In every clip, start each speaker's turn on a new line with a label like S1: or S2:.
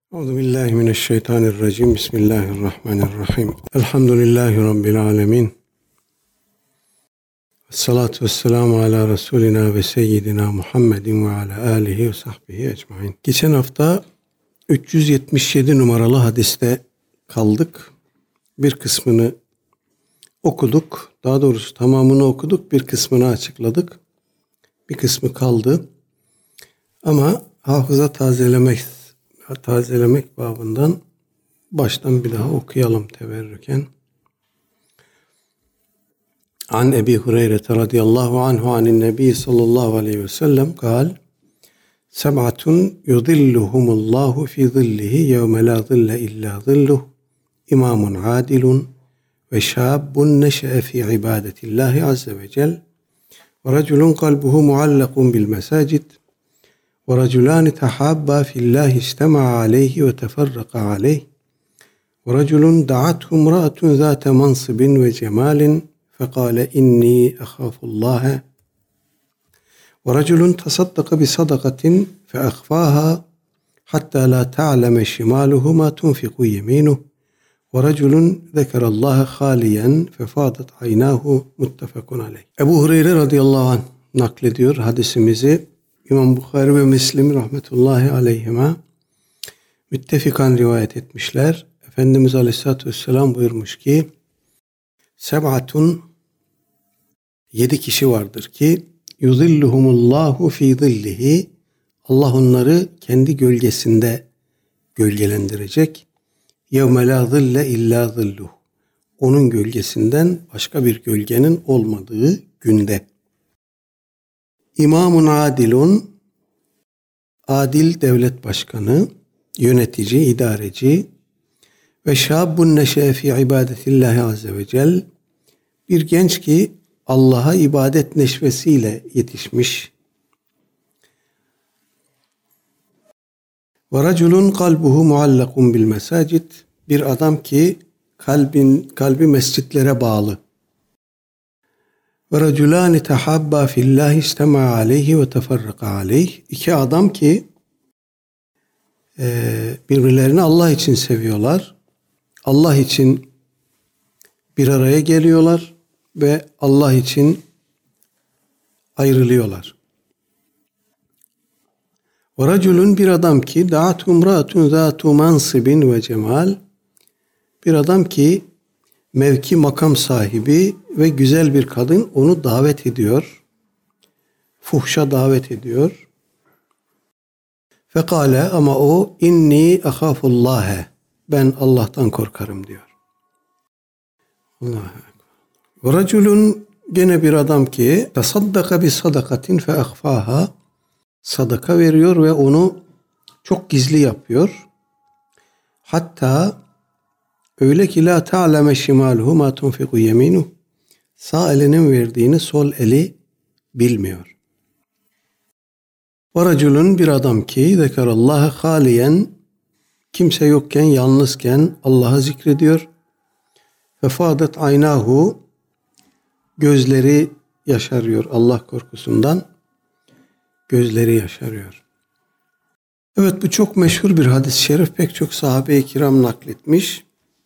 S1: Euzubillahimineşşeytanirracim. Bismillahirrahmanirrahim. Elhamdülillahi Rabbil alemin. Esselatu vesselamu ala Resulina ve seyyidina Muhammedin ve ala alihi ve sahbihi ecmain. Geçen hafta 377 numaralı hadiste kaldık. Bir kısmını okuduk. Daha doğrusu tamamını okuduk. Bir kısmını açıkladık. Bir kısmı kaldı. Ama hafıza tazelemek babından baştan bir daha okuyalım teberrüken. An Ebi Hureyre radıyallahu anhu anin nebi sallallahu aleyhi ve sellem kal seb'atun yudilluhumullahu fi zillihi yevme la zille illa zilluh imamun adilun ve şabun neşe'e fi ibadetillahi azze ve cel ve raculun kalbuhu muallakun bil mesacid وَرَجُلَانِ تَحَابَّا فِي اللّٰهِ اجْتَمَعَ عَلَيْهِ وَتَفَرَّقَ عَلَيْهِ وَرَجُلٌ دَعَتْهُ امْرَأَةٌ ذَاتَ مَنْصِبٍ وَجَمَالٍ فَقَالَ إِنِّي أَخَافُ اللّٰهَ وَرَجُلٌ تَصَدَّقَ بِصَدَقَةٍ فَأَخْفَاهَا حَتَّى لَا تَعْلَمَ شِمَالُهُ مَا تُنْفِقُ يَمِينُهُ وَرَجُلٌ ذَكَرَ اللّٰهَ خَالِيًا فَفَاضَتْ عَيْنَاهُ مُتَّفَقٌ عَلَيْهِ. Ebu Hureyre radıyallahu anh naklediyor hadisimizi. İmam Bukhari ve Müslim rahmetullahi aleyhime müttefikan rivayet etmişler. Efendimiz Aleyhisselatü Vesselam buyurmuş ki seb'atun 7 kişi vardır ki yuzilluhumullahu fi zillihi Allah onları kendi gölgesinde gölgelendirecek. Yevme la zille illa zilluh onun gölgesinden başka bir gölgenin olmadığı günde. İmamun adilun, adil devlet başkanı, yönetici, idareci ve şabun neşe'e fi ibadetillahi azze ve cel, bir genç ki Allah'a ibadet neşvesiyle yetişmiş. Ve raculun kalbuhu muallakun bil mesacid, bir adam ki kalbi mescitlere bağlı. Ve raculani tahabba fillahi istema'a aleyhi ve teferraka aleyh. İki adam ki birbirlerini Allah için seviyorlar. Allah için bir araya geliyorlar ve Allah için ayrılıyorlar. Ve raculun bir adam ki da'atu imra'atun zatu mansibin ve cemal. Bir adam ki mevki makam sahibi ve güzel bir kadın onu davet ediyor. Fuhşa davet ediyor. Fekale ama o inni ahafullâhe ben Allah'tan korkarım diyor. Allahu ekber. Ve raculun gene bir adam ki tasaddaka bi sadakatin fe ahfaha sadaka veriyor ve onu çok gizli yapıyor. Hatta öyle ki la ta'leme şimaluhu ma tunfiku yeminuh. Sağ elinin verdiğini sol eli bilmiyor. Ve raculun bir adam ki zekerallaha haliyen kimse yokken yalnızken Allah'ı zikrediyor. Ve fadet aynahu gözleri yaşarıyor Allah korkusundan. Gözleri yaşarıyor. Evet, bu çok meşhur bir hadis-i şerif, pek çok sahabe-i kiram nakletmiş.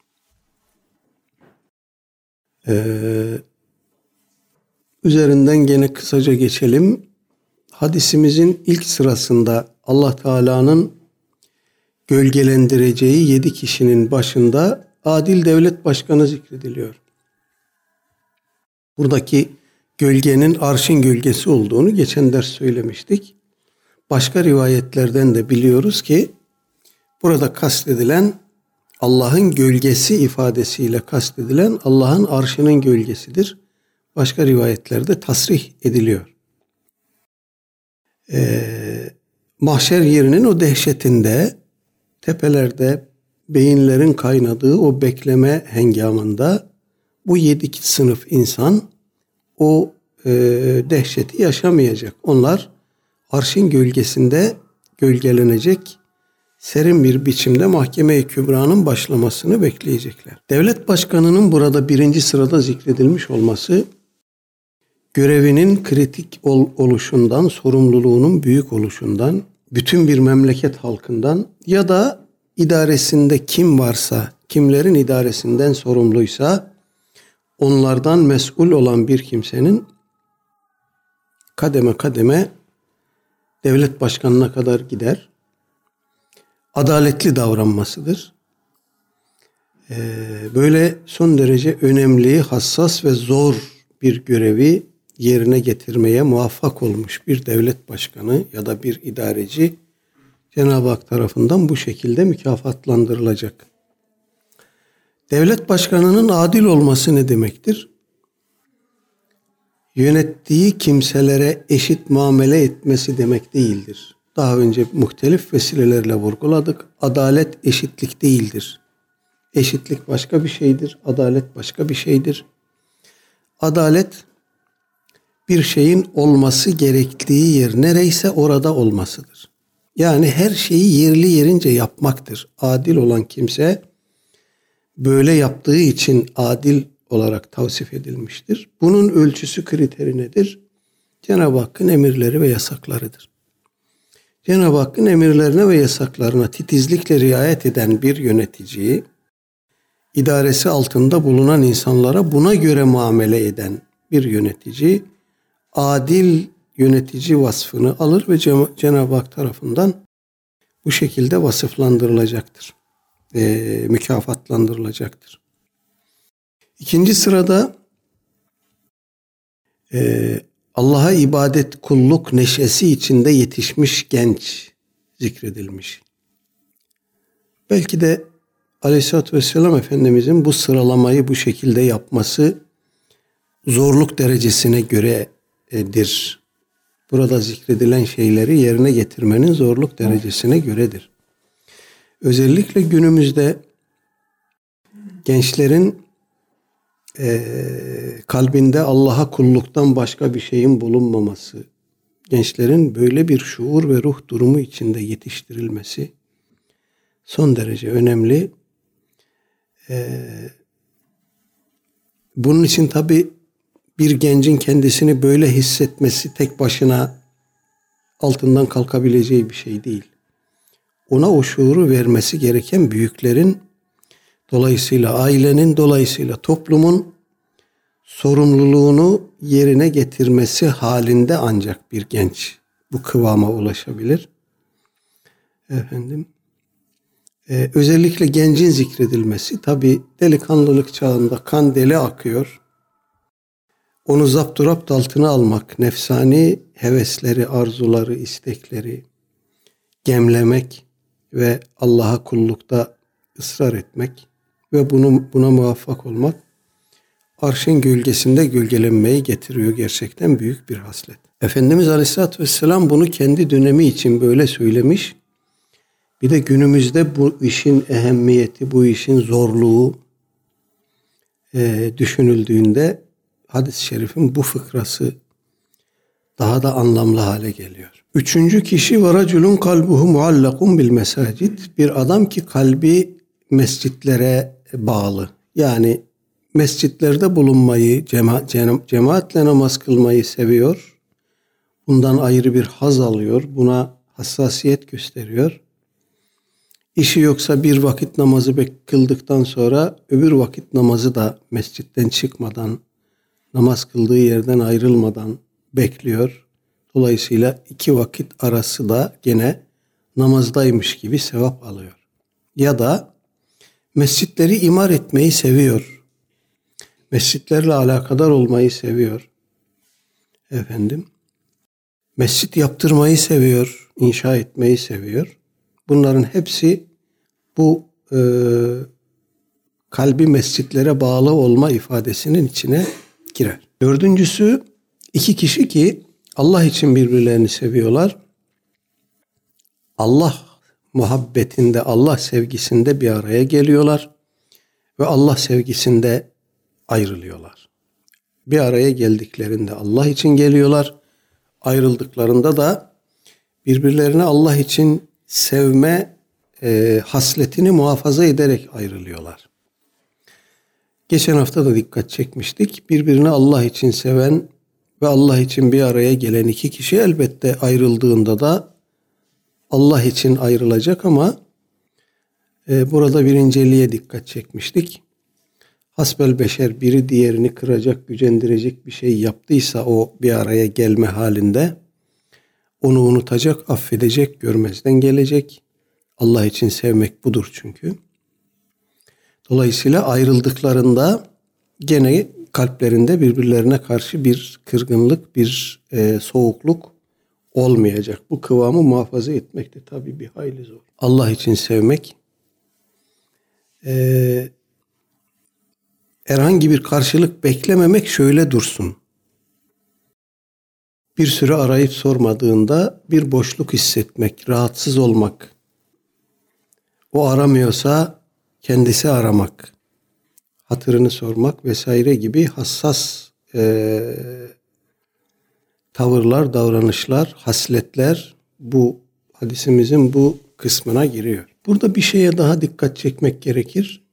S1: Üzerinden gene kısaca geçelim. Hadisimizin ilk sırasında Allah Teala'nın gölgelendireceği 7 kişinin başında adil devlet başkanı zikrediliyor. Buradaki gölgenin arşın gölgesi olduğunu geçen ders söylemiştik. Başka rivayetlerden de biliyoruz ki burada kastedilen Allah'ın gölgesi ifadesiyle kastedilen Allah'ın arşının gölgesidir. Başka rivayetlerde tasrih ediliyor. Mahşer yerinin o dehşetinde, tepelerde beyinlerin kaynadığı o bekleme hengamında bu 7 sınıf insan o dehşeti yaşamayacak. Onlar arşın gölgesinde gölgelenecek, serin bir biçimde mahkeme-i kübranın başlamasını bekleyecekler. Devlet başkanının burada birinci sırada zikredilmiş olması, görevinin kritik oluşundan, sorumluluğunun büyük oluşundan, bütün bir memleket halkından ya da idaresinde kim varsa, kimlerin idaresinden sorumluysa onlardan mesul olan bir kimsenin kademe kademe devlet başkanına kadar gider. Adaletli davranmasıdır. Böyle son derece önemli, hassas ve zor bir görevi yerine getirmeye muvaffak olmuş bir devlet başkanı ya da bir idareci Cenab-ı Hak tarafından bu şekilde mükafatlandırılacak. Devlet başkanının adil olması ne demektir? Yönettiği kimselere eşit muamele etmesi demek değildir. Daha önce muhtelif vesilelerle vurguladık. Adalet eşitlik değildir. Eşitlik başka bir şeydir. Adalet başka bir şeydir. Adalet bir şeyin olması gerektiği yer nereyse orada olmasıdır. Yani her şeyi yerli yerince yapmaktır. Adil olan kimse böyle yaptığı için adil olarak tavsif edilmiştir. Bunun ölçüsü, kriteri nedir? Cenab-ı Hakk'ın emirleri ve yasaklarıdır. Cenab-ı Hakk'ın emirlerine ve yasaklarına titizlikle riayet eden bir yöneticiyi, idaresi altında bulunan insanlara buna göre muamele eden bir yönetici, adil yönetici vasfını alır ve Cenab-ı Hak tarafından bu şekilde vasıflandırılacaktır. Mükafatlandırılacaktır. İkinci sırada Allah'a ibadet, kulluk neşesi içinde yetişmiş genç zikredilmiş. Belki de Aleyhisselatü Vesselam Efendimizin bu sıralamayı bu şekilde yapması zorluk derecesine göredir. Burada zikredilen şeyleri yerine getirmenin zorluk derecesine göredir. Özellikle günümüzde gençlerin kalbinde Allah'a kulluktan başka bir şeyin bulunmaması, gençlerin böyle bir şuur ve ruh durumu içinde yetiştirilmesi son derece önemli. Bunun için tabii bir gencin kendisini böyle hissetmesi tek başına altından kalkabileceği bir şey değil. Ona o şuuru vermesi gereken büyüklerin, dolayısıyla ailenin, dolayısıyla toplumun sorumluluğunu yerine getirmesi halinde ancak bir genç bu kıvama ulaşabilir. Özellikle gencin zikredilmesi, tabii delikanlılık çağında kan deli akıyor. Onu zapturapt altına almak, nefsani hevesleri, arzuları, istekleri gemlemek ve Allah'a kullukta ısrar etmek ve buna muvaffak olmak arşın gölgesinde gölgelenmeyi getiriyor, gerçekten büyük bir haslet. Efendimiz Aleyhisselatü Vesselam bunu kendi dönemi için böyle söylemiş. Bir de günümüzde bu işin ehemmiyeti, bu işin zorluğu düşünüldüğünde hadis-i şerifin bu fıkrası daha da anlamlı hale geliyor. Üçüncü kişi ve raculun kalbuhu muallakun bil mesacid. Bir adam ki kalbi mescitlere bağlı. Yani mescitlerde bulunmayı, cemaatle namaz kılmayı seviyor. Bundan ayrı bir haz alıyor. Buna hassasiyet gösteriyor. İşi yoksa bir vakit namazı kıldıktan sonra öbür vakit namazı da mescitten çıkmadan, namaz kıldığı yerden ayrılmadan bekliyor. Dolayısıyla iki vakit arası da gene namazdaymış gibi sevap alıyor. Ya da mescitleri imar etmeyi seviyor. Mescitlerle alakadar olmayı seviyor. Mescit yaptırmayı seviyor, inşa etmeyi seviyor. Bunların hepsi bu kalbi mescitlere bağlı olma ifadesinin içine girer. Dördüncüsü, iki kişi ki Allah için birbirlerini seviyorlar. Allah muhabbetinde, Allah sevgisinde bir araya geliyorlar ve Allah sevgisinde ayrılıyorlar. Bir araya geldiklerinde Allah için geliyorlar, ayrıldıklarında da birbirlerine Allah için sevme hasletini muhafaza ederek ayrılıyorlar. Geçen hafta da dikkat çekmiştik. Birbirini Allah için seven ve Allah için bir araya gelen iki kişi elbette ayrıldığında da Allah için ayrılacak ama Burada bir inceliğe dikkat çekmiştik. Hasbel beşer biri diğerini kıracak, gücendirecek bir şey yaptıysa o bir araya gelme halinde onu unutacak, affedecek, görmezden gelecek. Allah için sevmek budur çünkü. Dolayısıyla ayrıldıklarında gene kalplerinde birbirlerine karşı bir kırgınlık, bir soğukluk olmayacak. Bu kıvamı muhafaza etmek de tabii bir hayli zor. Allah için sevmek, herhangi bir karşılık beklememek şöyle dursun. Bir süre arayıp sormadığında bir boşluk hissetmek, rahatsız olmak. O aramıyorsa kendisi aramak, hatırını sormak vesaire gibi hassas tavırlar, davranışlar, hasletler bu hadisimizin bu kısmına giriyor. Burada bir şeye daha dikkat çekmek gerekir.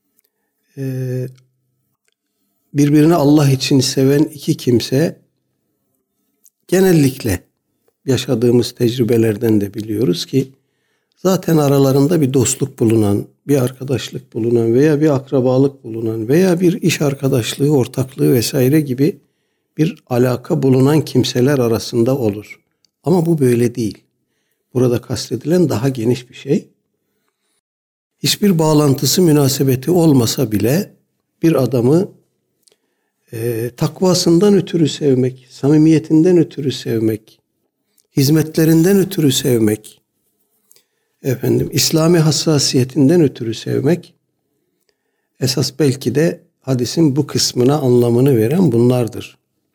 S1: Birbirini Allah için seven iki kimse genellikle yaşadığımız tecrübelerden de biliyoruz ki zaten aralarında bir dostluk bulunan, bir arkadaşlık bulunan veya bir akrabalık bulunan veya bir iş arkadaşlığı, ortaklığı vesaire gibi bir alaka bulunan kimseler arasında olur. Ama bu böyle değil. Burada kastedilen daha geniş bir şey. Hiçbir bağlantısı, münasebeti olmasa bile bir adamı takvasından ötürü sevmek, samimiyetinden ötürü sevmek, hizmetlerinden ötürü sevmek, İslami hassasiyetinden ötürü sevmek, esas belki de hadisin bu kısmına anlamını veren bunlardır.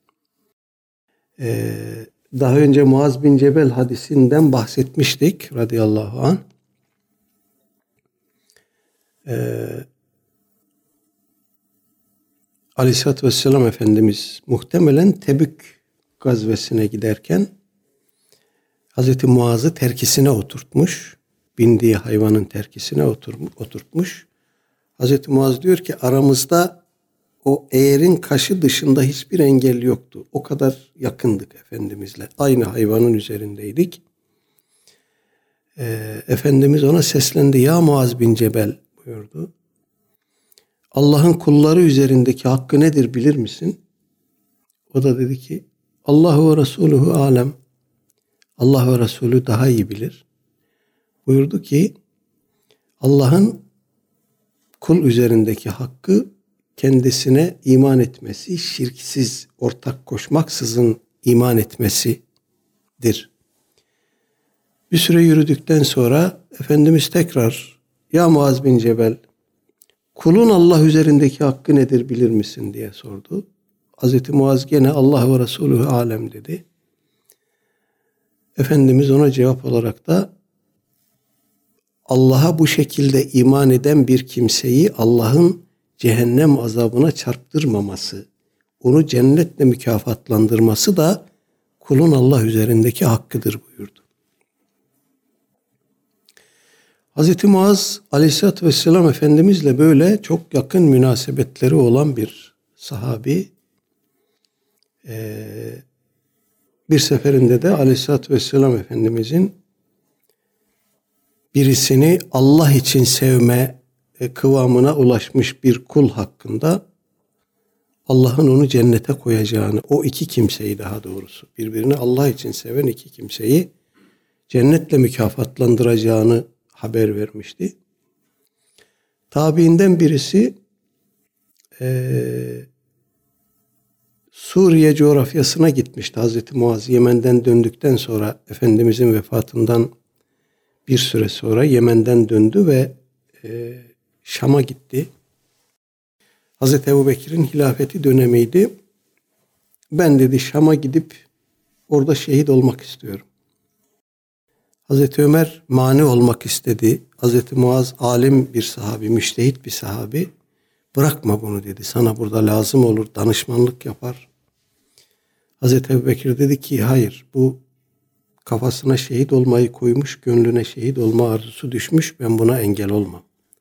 S1: Daha önce Muaz bin Cebel hadisinden bahsetmiştik radıyallahu anh. Aleyhisselatü Vesselam Efendimiz muhtemelen Tebük gazvesine giderken Hazreti Muaz'ı terkisine oturtmuş. Bindiği hayvanın terkisine oturtmuş. Hazreti Muaz diyor ki aramızda o eğerin kaşı dışında hiçbir engel yoktu. O kadar yakındık Efendimizle. Aynı hayvanın üzerindeydik. Efendimiz ona seslendi. Ya Muaz bin Cebel buyurdu. Allah'ın kulları üzerindeki hakkı nedir bilir misin? O da dedi ki Allah ve Resuluhu alem. Allah ve Resulü daha iyi bilir. Buyurdu ki Allah'ın kul üzerindeki hakkı kendisine iman etmesi, şirksiz, ortak koşmaksızın iman etmesidir. Bir süre yürüdükten sonra Efendimiz tekrar ya Muaz bin Cebel kulun Allah üzerindeki hakkı nedir bilir misin diye sordu. Hazreti Muaz gene Allah ve Resulü alem dedi. Efendimiz ona cevap olarak da Allah'a bu şekilde iman eden bir kimseyi Allah'ın cehennem azabına çarptırmaması, onu cennetle mükafatlandırması da kulun Allah üzerindeki hakkıdır buyurdu. Hz. Muaz Aleyhisselatü Vesselam Efendimizle böyle çok yakın münasebetleri olan bir sahabi. Bir seferinde de Aleyhisselatü Vesselam Efendimizin birisini Allah için sevme kıvamına ulaşmış bir kul hakkında Allah'ın onu cennete koyacağını, o iki kimseyi daha doğrusu birbirini Allah için seven iki kimseyi cennetle mükafatlandıracağını haber vermişti. Tabiinden birisi Suriye coğrafyasına gitmişti. Hazreti Muaz Yemen'den döndükten sonra Efendimizin vefatından bir süre sonra Yemen'den döndü ve Şam'a gitti. Hazreti Ebubekir'in hilafeti dönemiydi. Ben dedi Şam'a gidip orada şehit olmak istiyorum. Hazreti Ömer mani olmak istedi. Hazreti Muaz alim bir sahabi, müştehit bir sahabi. Bırakma bunu dedi. Sana burada lazım olur, danışmanlık yapar. Hazreti Ebubekir dedi ki hayır, bu kafasına şehit olmayı koymuş, gönlüne şehit olma arzusu düşmüş. Ben buna engel olmam.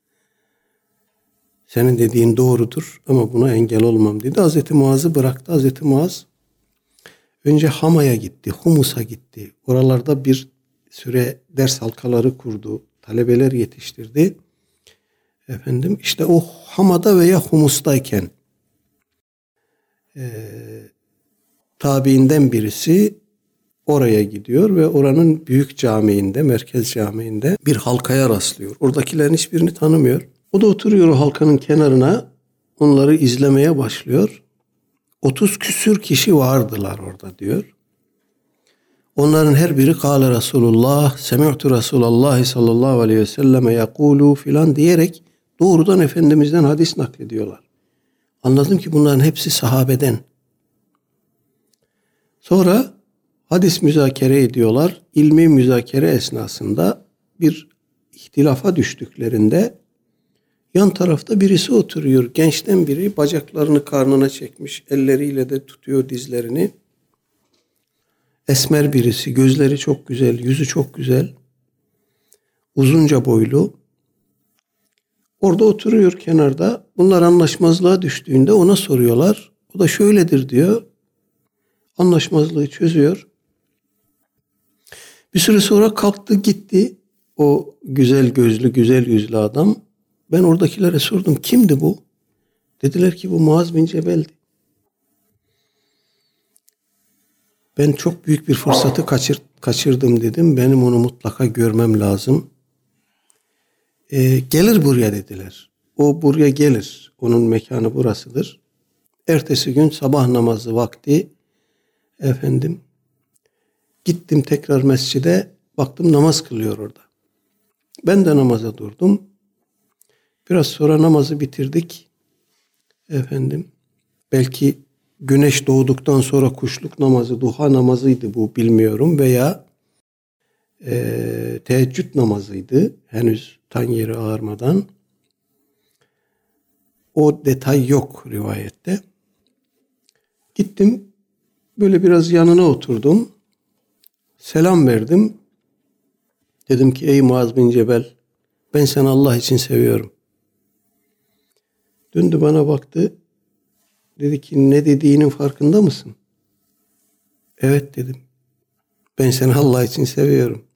S1: Senin dediğin doğrudur ama buna engel olmam dedi. Hazreti Muaz'ı bıraktı. Hazreti Muaz önce Hama'ya gitti, Humus'a gitti. Oralarda bir süre ders halkaları kurdu, talebeler yetiştirdi. İşte o Hama'da veya Humus'tayken tabiinden birisi oraya gidiyor ve oranın büyük camiinde, merkez camiinde bir halkaya rastlıyor. Oradakilerin hiçbirini tanımıyor. O da oturuyor o halkanın kenarına, onları izlemeye başlıyor. 30 küsür kişi vardılar orada diyor. Onların her biri "Kâle Resulullah, semi'tu Resulallah sallallahu aleyhi ve selleme yekûlû" filan diyerek doğrudan Efendimiz'den hadis naklediyorlar. Anladım ki bunların hepsi sahabeden. Sonra hadis müzakere ediyorlar. İlmi müzakere esnasında bir ihtilafa düştüklerinde yan tarafta birisi oturuyor. Gençten biri bacaklarını karnına çekmiş. Elleriyle de tutuyor dizlerini. Esmer birisi. Gözleri çok güzel. Yüzü çok güzel. Uzunca boylu. Orada oturuyor kenarda. Bunlar anlaşmazlığa düştüğünde ona soruyorlar. O da şöyledir diyor. Anlaşmazlığı çözüyor. Bir süre sonra kalktı gitti. O güzel gözlü, güzel yüzlü adam. Ben oradakilere sordum. Kimdi bu? Dediler ki bu Muaz bin Cebel'di. Ben çok büyük bir fırsatı kaçırdım dedim. Benim onu mutlaka görmem lazım. Gelir buraya dediler. O buraya gelir. Onun mekanı burasıdır. Ertesi gün sabah namazı vakti gittim tekrar mescide, baktım namaz kılıyor orada. Ben de namaza durdum. Biraz sonra namazı bitirdik. Belki güneş doğduktan sonra kuşluk namazı, duha namazıydı bu, bilmiyorum, veya teheccüd namazıydı. Henüz tan yeri ağarmadan. O detay yok rivayette. Gittim, böyle biraz yanına oturdum. Selam verdim. Dedim ki ey Muaz bin Cebel, ben seni Allah için seviyorum. Döndü bana baktı. Dedi ki ne dediğinin farkında mısın? Evet dedim. Ben seni Allah için seviyorum.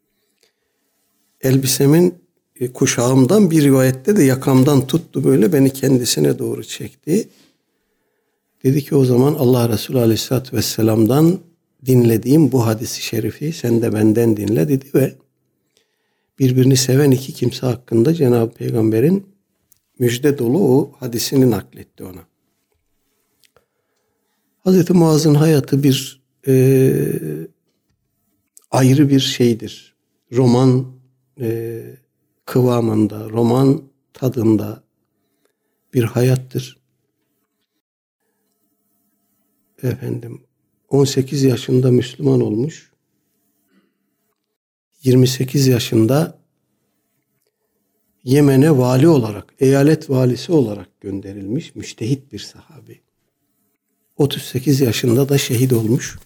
S1: Elbisemin kuşağımdan, bir rivayette de yakamdan tuttu, böyle beni kendisine doğru çekti. Dedi ki o zaman Allah Resulü Aleyhisselatü Vesselam'dan dinlediğim bu hadisi şerifi sen de benden dinle dedi ve birbirini seven iki kimse hakkında Cenab-ı Peygamber'in müjde dolu o hadisini nakletti ona. Hazreti Muaz'ın hayatı bir ayrı bir şeydir. Roman kıvamında, roman tadında bir hayattır. 18 yaşında Müslüman olmuş. 28 yaşında Yemen'e vali olarak, eyalet valisi olarak gönderilmiş müçtehit bir sahabi. 38 yaşında da şehit olmuş.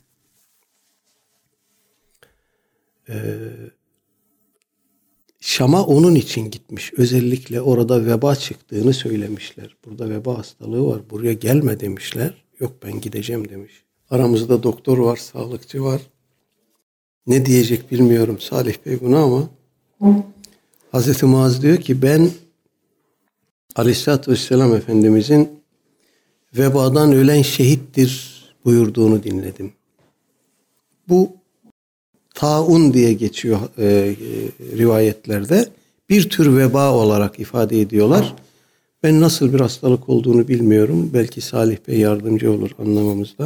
S1: Şam'a onun için gitmiş. Özellikle orada veba çıktığını söylemişler. Burada veba hastalığı var. Buraya gelme demişler. Yok ben gideceğim demiş. Aramızda doktor var, sağlıkçı var. Ne diyecek bilmiyorum Salih Bey buna ama Hazreti Muaz diyor ki ben Aleyhisselatü Vesselam Efendimizin vebadan ölen şehittir buyurduğunu dinledim. Bu taun diye geçiyor rivayetlerde. Bir tür veba olarak ifade ediyorlar. Ben nasıl bir hastalık olduğunu bilmiyorum. Belki Salih Bey yardımcı olur anlamamızda.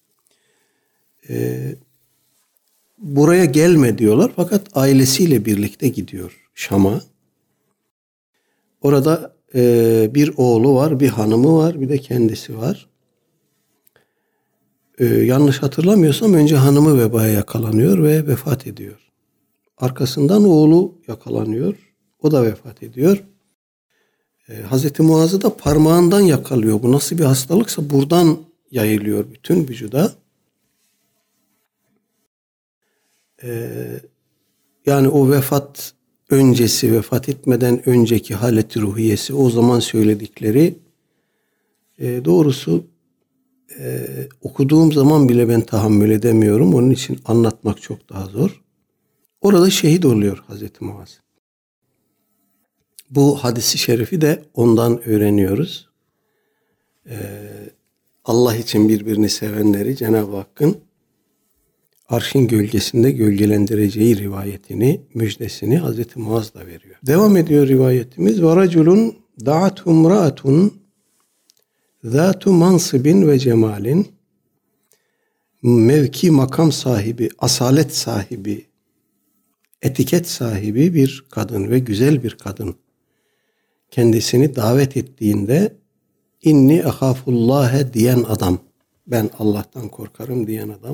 S1: Buraya gelme diyorlar fakat ailesiyle birlikte gidiyor Şam'a. Orada bir oğlu var, bir hanımı var, bir de kendisi var. Yanlış hatırlamıyorsam önce hanımı vebaya yakalanıyor ve vefat ediyor. Arkasından oğlu yakalanıyor, o da vefat ediyor. Hazreti Muaz'ı da parmağından yakalıyor. Bu nasıl bir hastalıksa buradan yayılıyor bütün vücuda. Yani o vefat öncesi, vefat etmeden önceki haleti ruhiyesi, o zaman söyledikleri doğrusu okuduğum zaman bile ben tahammül edemiyorum. Onun için anlatmak çok daha zor. Orada şehit oluyor Hazreti Muaz. Bu hadisi şerifi de ondan öğreniyoruz. Allah için birbirini sevenleri Cenab-ı Hakk'ın arşın gölgesinde gölgelendireceği rivayetini, müjdesini Hazreti Muaz da veriyor. Devam ediyor rivayetimiz. وَرَجُلٌ دَعَتْهُ امْرَأَةٌ ذَاتُ مَنْصِبٍ ve cemalin, mevki, makam sahibi, asalet sahibi, etiket sahibi bir kadın ve güzel bir kadın kendisini davet ettiğinde inni ahafullâhe diyen adam, ben Allah'tan korkarım diyen adam,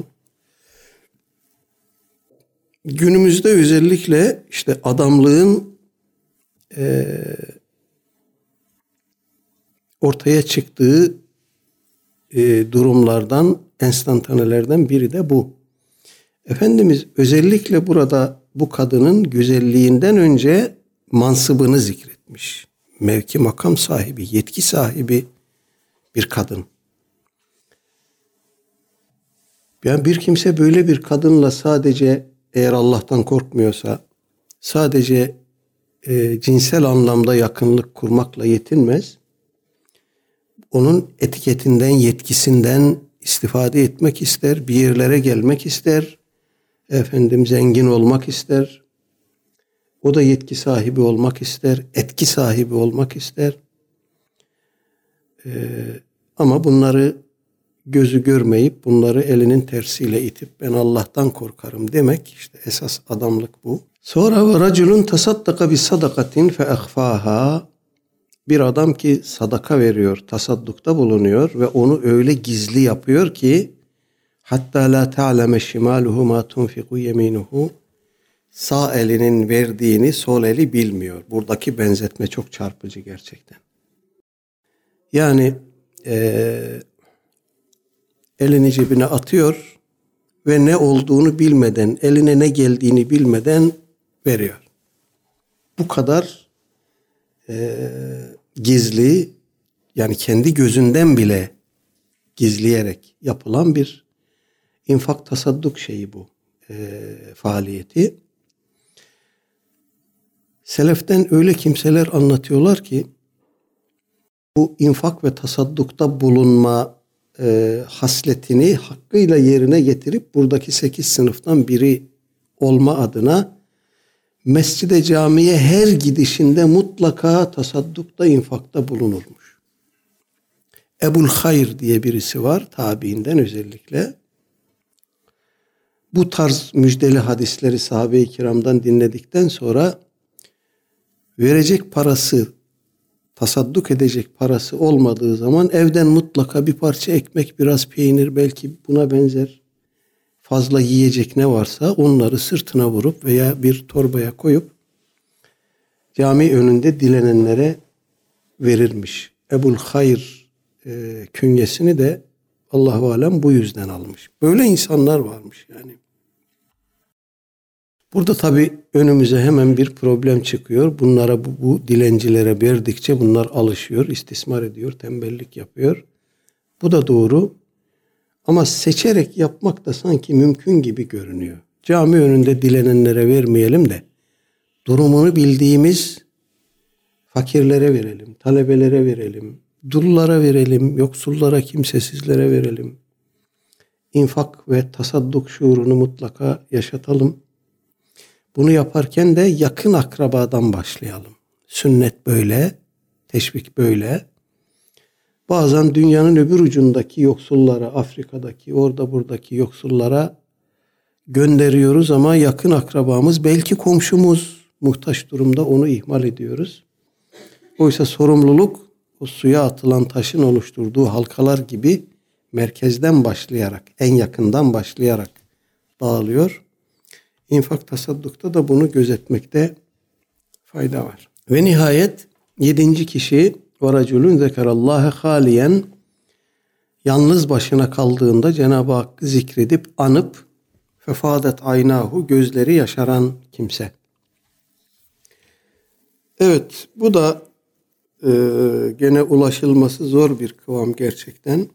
S1: günümüzde özellikle işte adamlığın ortaya çıktığı durumlardan, enstantanelerden biri de bu. Efendimiz özellikle burada bu kadının güzelliğinden önce mansıbını zikretmiş. Mevki, makam sahibi, yetki sahibi bir kadın. Yani bir kimse böyle bir kadınla sadece, eğer Allah'tan korkmuyorsa, sadece cinsel anlamda yakınlık kurmakla yetinmez. Onun etiketinden, yetkisinden istifade etmek ister, bir yerlere gelmek ister, zengin olmak ister. O da yetki sahibi olmak ister, etki sahibi olmak ister. Ama bunları gözü görmeyip bunları elinin tersiyle itip ben Allah'tan korkarım demek, işte esas adamlık bu. Sonra ve raculun tasaddaka bi sadakatin fe ahfaha, bir adam ki sadaka veriyor, tasaddukta bulunuyor ve onu öyle gizli yapıyor ki hatta la ta'leme şimaluhu ma tunfiku yeminuhu, sağ elinin verdiğini sol eli bilmiyor. Buradaki benzetme çok çarpıcı gerçekten. Yani elini cebine atıyor ve ne olduğunu bilmeden, eline ne geldiğini bilmeden veriyor. Bu kadar gizli, yani kendi gözünden bile gizleyerek yapılan bir infak tasadduk şeyi bu, faaliyeti. Seleften öyle kimseler anlatıyorlar ki bu infak ve tasaddukta bulunma hasletini hakkıyla yerine getirip buradaki 8 sınıftan biri olma adına mescide, camiye her gidişinde mutlaka tasaddukta, infakta bulunurmuş. Ebul Hayr diye birisi var, tabiinden özellikle. Bu tarz müjdeli hadisleri sahabe-i kiramdan dinledikten sonra verecek parası, tasadduk edecek parası olmadığı zaman evden mutlaka bir parça ekmek, biraz peynir, belki buna benzer fazla yiyecek ne varsa onları sırtına vurup veya bir torbaya koyup cami önünde dilenenlere verirmiş. Ebul Hayr künyesini de Allahu alem bu yüzden almış. Böyle insanlar varmış yani. Burada tabii önümüze hemen bir problem çıkıyor. Bunlara bu dilencilere verdikçe bunlar alışıyor, istismar ediyor, tembellik yapıyor. Bu da doğru. Ama seçerek yapmak da sanki mümkün gibi görünüyor. Cami önünde dilenenlere vermeyelim de durumunu bildiğimiz fakirlere verelim, talebelere verelim, dullara verelim, yoksullara, kimsesizlere verelim. İnfak ve tasadduk şuurunu mutlaka yaşatalım. Bunu yaparken de yakın akrabadan başlayalım. Sünnet böyle, teşvik böyle. Bazen dünyanın öbür ucundaki yoksullara, Afrika'daki, orada buradaki yoksullara gönderiyoruz ama yakın akrabamız, belki komşumuz muhtaç durumda, onu ihmal ediyoruz. Oysa sorumluluk o suya atılan taşın oluşturduğu halkalar gibi merkezden başlayarak, en yakından başlayarak dağılıyor. İnfak tasaddukta da bunu gözetmekte fayda var. Ve nihayet 7. kişi وَرَجُلٌ ذَكَرَ اللّٰهَ خَالِيًا, yalnız başına kaldığında Cenab-ı Hakk'ı zikredip anıp فَفَادَتْ عَيْنَاهُ, gözleri yaşaran kimse. Evet, bu da gene ulaşılması zor bir kıvam gerçekten.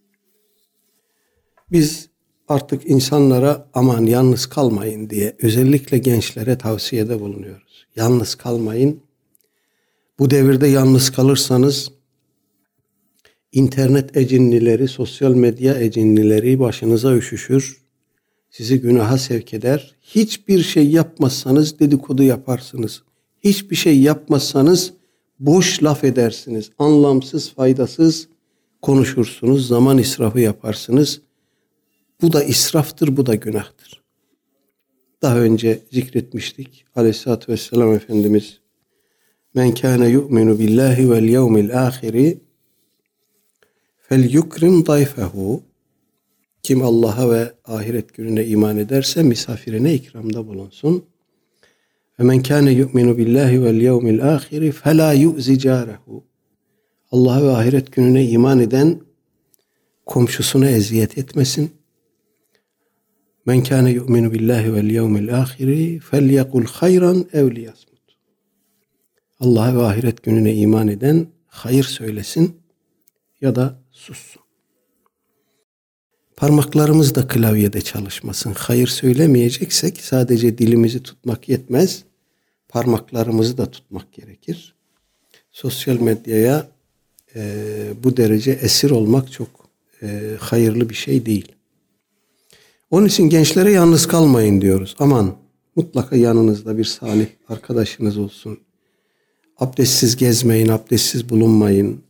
S1: Biz artık insanlara aman yalnız kalmayın diye özellikle gençlere tavsiyede bulunuyoruz. Yalnız kalmayın. Bu devirde yalnız kalırsanız internet ecinlileri, sosyal medya ecinlileri başınıza üşüşür, sizi günaha sevk eder. Hiçbir şey yapmazsanız dedikodu yaparsınız. Hiçbir şey yapmazsanız boş laf edersiniz. Anlamsız, faydasız konuşursunuz, zaman israfı yaparsınız. Bu da israftır, bu da günahtır. Daha önce zikretmiştik. Aleyhisselatü Vesselam Efendimiz men kâne yu'minu billahi vel yevmil âhiri fel yukrim dayfehu. Kim Allah'a ve ahiret gününe iman ederse misafirine ikramda bulunsun. Ve men kâne yu'minu billahi vel yevmil âhiri felâ yu'zi cârehu. Allah'a ve ahiret gününe iman eden komşusuna eziyet etmesin. Men kâne yu'minu billahi vel yevmil âhiri felyekul hayran ev liyasmut. Allah'a ve ahiret gününe iman eden hayır söylesin ya da sussun. Parmaklarımız da klavyede çalışmasın. Hayır söylemeyeceksek sadece dilimizi tutmak yetmez. Parmaklarımızı da tutmak gerekir. Sosyal medyaya bu derece esir olmak çok hayırlı bir şey değil. Onun için gençlere yalnız kalmayın diyoruz. Aman mutlaka yanınızda bir salih arkadaşınız olsun. Abdestsiz gezmeyin, abdestsiz bulunmayın.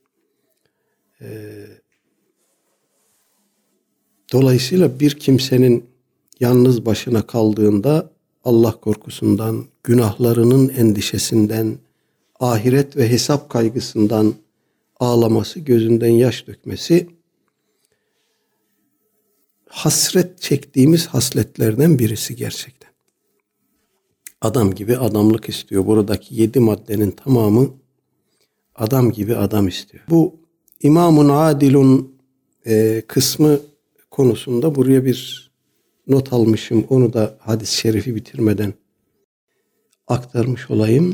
S1: Dolayısıyla bir kimsenin yalnız başına kaldığında Allah korkusundan, günahlarının endişesinden, ahiret ve hesap kaygısından ağlaması, gözünden yaş dökmesi hasret çektiğimiz hasletlerden birisi gerçekten. Adam gibi adamlık istiyor. Buradaki 7 maddenin tamamı adam gibi adam istiyor. Bu İmamun Adilun kısmı konusunda buraya bir not almışım. Onu da hadis-i şerifi bitirmeden aktarmış olayım.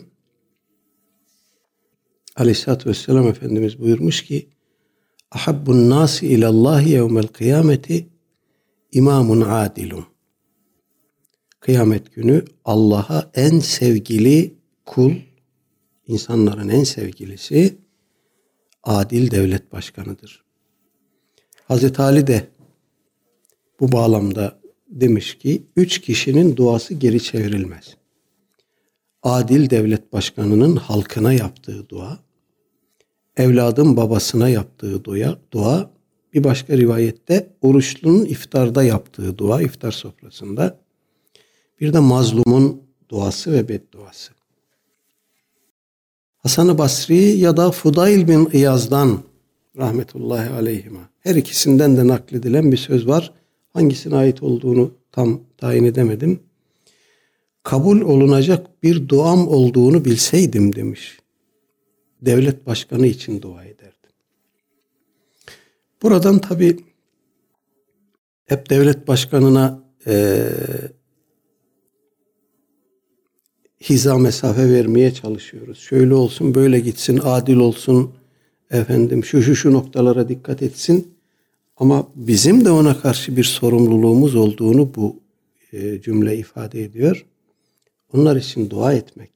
S1: Aleyhisselatü Vesselam Efendimiz buyurmuş ki ahabbun nasi ilallahi yevmel kıyameti imamun adilun. Kıyamet günü Allah'a en sevgili kul, insanların en sevgilisi adil devlet başkanıdır. Hazreti Ali de bu bağlamda demiş ki 3 kişinin duası geri çevrilmez. Adil devlet başkanının halkına yaptığı dua, evladın babasına yaptığı dua, bir başka rivayette oruçlunun iftarda yaptığı dua, iftar sofrasında, bir de mazlumun duası ve bedduası. Hasan-ı Basri ya da Fudayl bin İyaz'dan rahmetullahi aleyhime her ikisinden de nakledilen bir söz var. Hangisine ait olduğunu tam tayin edemedim. Kabul olunacak bir duam olduğunu bilseydim demiş. Devlet başkanı için dua ederdim. Buradan tabii hep devlet başkanına hiza mesafe vermeye çalışıyoruz. Şöyle olsun, böyle gitsin, adil olsun, efendim şu noktalara dikkat etsin. Ama bizim de ona karşı bir sorumluluğumuz olduğunu bu cümle ifade ediyor. Onlar için dua etmek.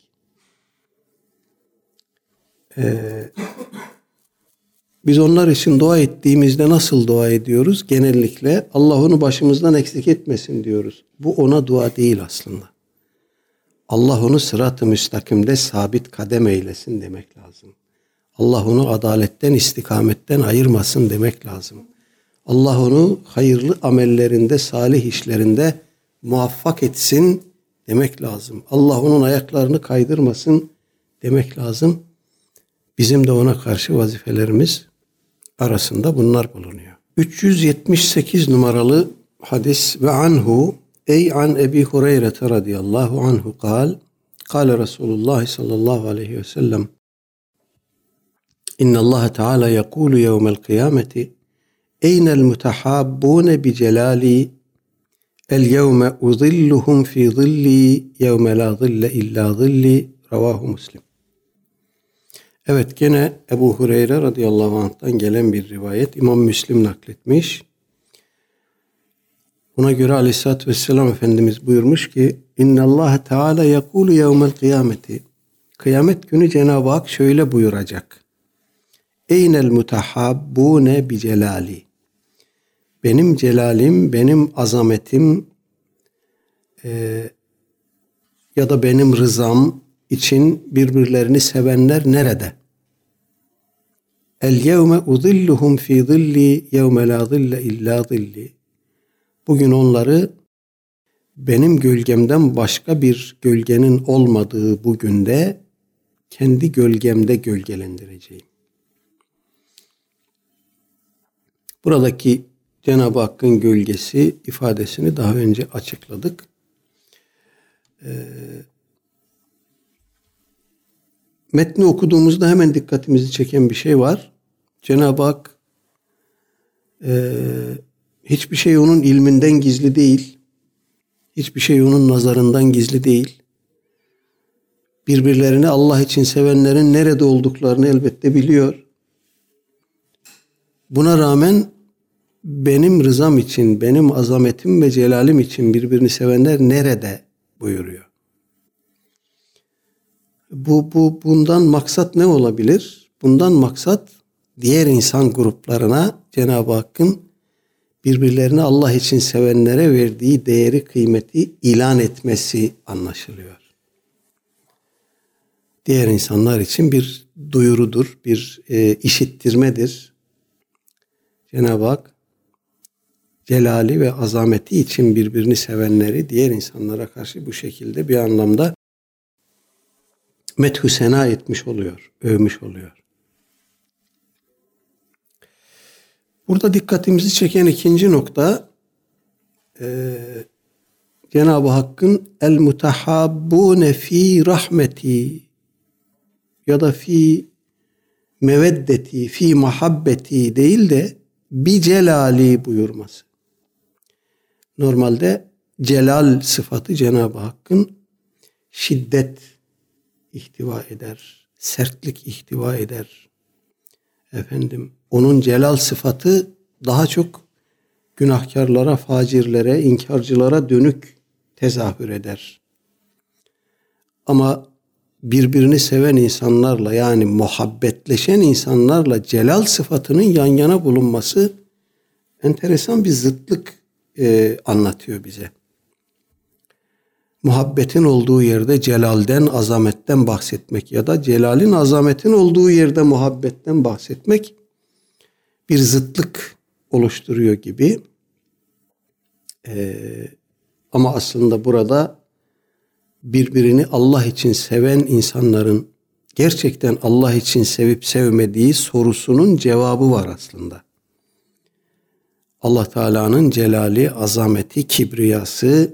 S1: Biz onlar için dua ettiğimizde nasıl dua ediyoruz? Genellikle Allah onu başımızdan eksik etmesin diyoruz. Bu ona dua değil aslında. Allah onu sırat-ı müstakimde sabit kadem eylesin demek lazım. Allah onu adaletten, istikametten ayırmasın demek lazım. Allah onu hayırlı amellerinde, salih işlerinde muvaffak etsin demek lazım. Allah onun ayaklarını kaydırmasın demek lazım. Bizim de ona karşı vazifelerimiz arasında bunlar bulunuyor. 378 numaralı hadis ve anhu ey an Ebi Hureyre radıyallahu anhu kâle Resulullah sallallahu aleyhi ve sellem İnnallâhe Teala yekûlu yevmel kıyameti eynel mutehabbûne bi celâli el yevme uzilluhum fi zilli yevme la zille illa zilli ravahu Müslim. Evet, gene Ebu Hureyre radıyallahu anh'tan gelen bir rivayet. İmam Müslim nakletmiş. Buna göre Aleyhisselatü Vesselam Efendimiz buyurmuş ki İnnallâhe Teala yekûlu yevmel kıyameti Kıyamet günü Cenab-ı Hak şöyle buyuracak. Eynel mutahabbune bi celali. Benim celalim, benim azametim ya da benim rızam için birbirlerini sevenler nerede? El yevme uzilluhum fi zilli yevme la zille illa zilli. Bugün onları benim gölgemden başka bir gölgenin olmadığı bu günde kendi gölgemde gölgelendireceğim. Buradaki Cenab-ı Hakk'ın gölgesi ifadesini daha önce açıkladık. Metni okuduğumuzda hemen dikkatimizi çeken bir şey var. Cenab-ı Hak hiçbir şey onun ilminden gizli değil. Hiçbir şey onun nazarından gizli değil. Birbirlerini Allah için sevenlerin nerede olduklarını elbette biliyor. Buna rağmen benim rızam için, benim azametim ve celalim için birbirini sevenler nerede buyuruyor. Bundan maksat ne olabilir? Bundan maksat diğer insan gruplarına Cenab-ı Hakk'ın birbirlerini Allah için sevenlere verdiği değeri, kıymeti ilan etmesi anlaşılıyor. Diğer insanlar için bir duyurudur, bir işittirmedir. Cenab-ı Hak celali ve azameti için birbirini sevenleri diğer insanlara karşı bu şekilde bir anlamda methü sena etmiş oluyor, övmüş oluyor. Burada dikkatimizi çeken ikinci nokta Cenab-ı Hakk'ın el mutahabbune fi rahmeti ya da fi meveddeti, fi muhabbeti değil de bi celali buyurması. Normalde celal sıfatı Cenab-ı Hakk'ın şiddet ihtiva eder, sertlik ihtiva eder. Onun celal sıfatı daha çok günahkarlara, facirlere, inkarcılara dönük tezahür eder. Ama birbirini seven insanlarla, yani muhabbetleşen insanlarla celal sıfatının yan yana bulunması enteresan bir zıtlık anlatıyor bize. Muhabbetin olduğu yerde celalden, azametten bahsetmek ya da celalin, azametin olduğu yerde muhabbetten bahsetmek bir zıtlık oluşturuyor gibi. Ama aslında burada birbirini Allah için seven insanların gerçekten Allah için sevip sevmediği sorusunun cevabı var aslında. Allah Teala'nın celali, azameti, kibriyası